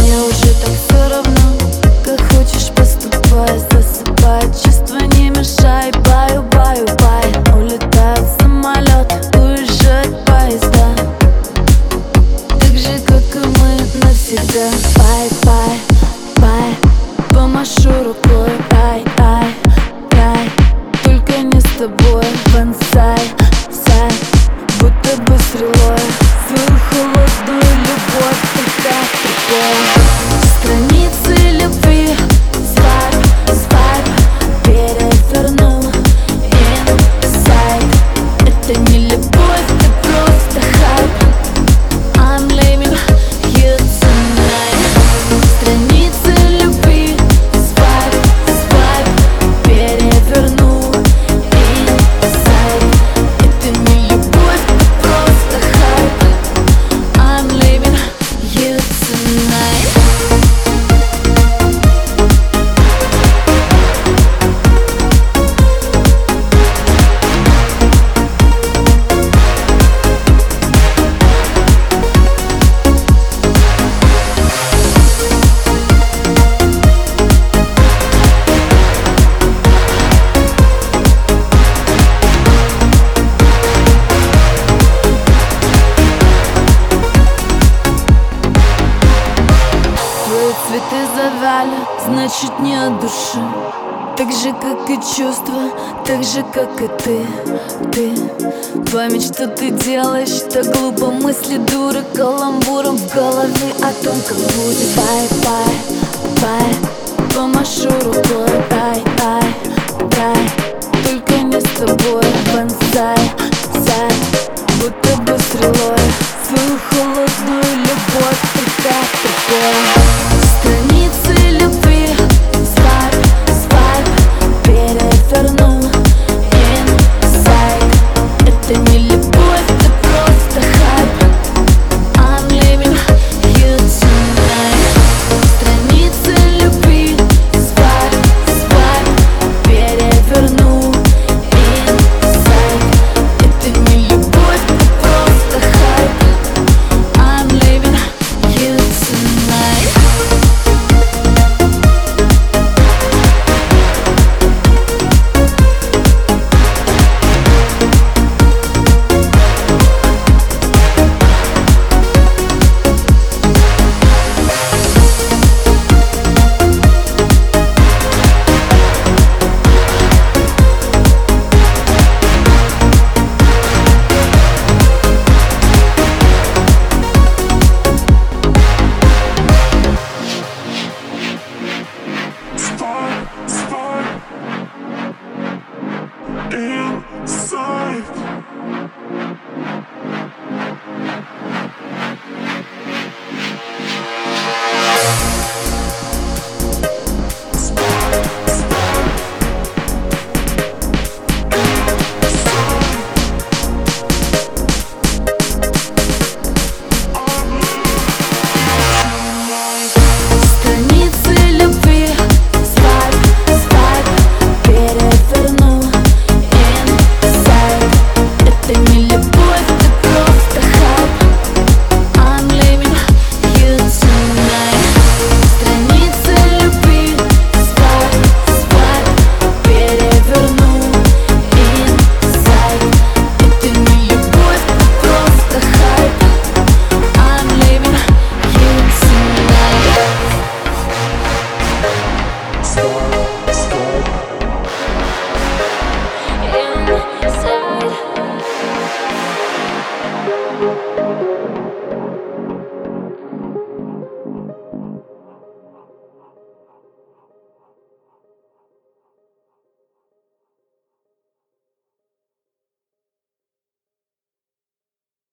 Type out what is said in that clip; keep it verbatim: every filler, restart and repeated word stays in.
Мне уже так все равно, как хочешь поступай. Засыпай, чувства не мешай. Баю, баю, бай. Улетает самолет, уезжает поезда, так же, как и мы навсегда. Бай, бай, бай. Помашу рукой, ай, ай, рай. Только не с тобой, бонсай, сай. Будто бы стрелой свою холодную любовь, только прикол. Страницы любви, свайп, свайп, перевернул инсайд. Это не любовь, это просто хайп. I'm leaving you tonight. Страницы любви, свайп, свайп, перевернул инсайд. Это не любовь, это просто хайп. I'm leaving you tonight. Твои цветы завяли, значит не от души. Так же, как и чувства, так же, как и ты. Ты, память, что ты делаешь так глупо. Мысли дуры каламбуром в голове о том, как будет. Бай, бай.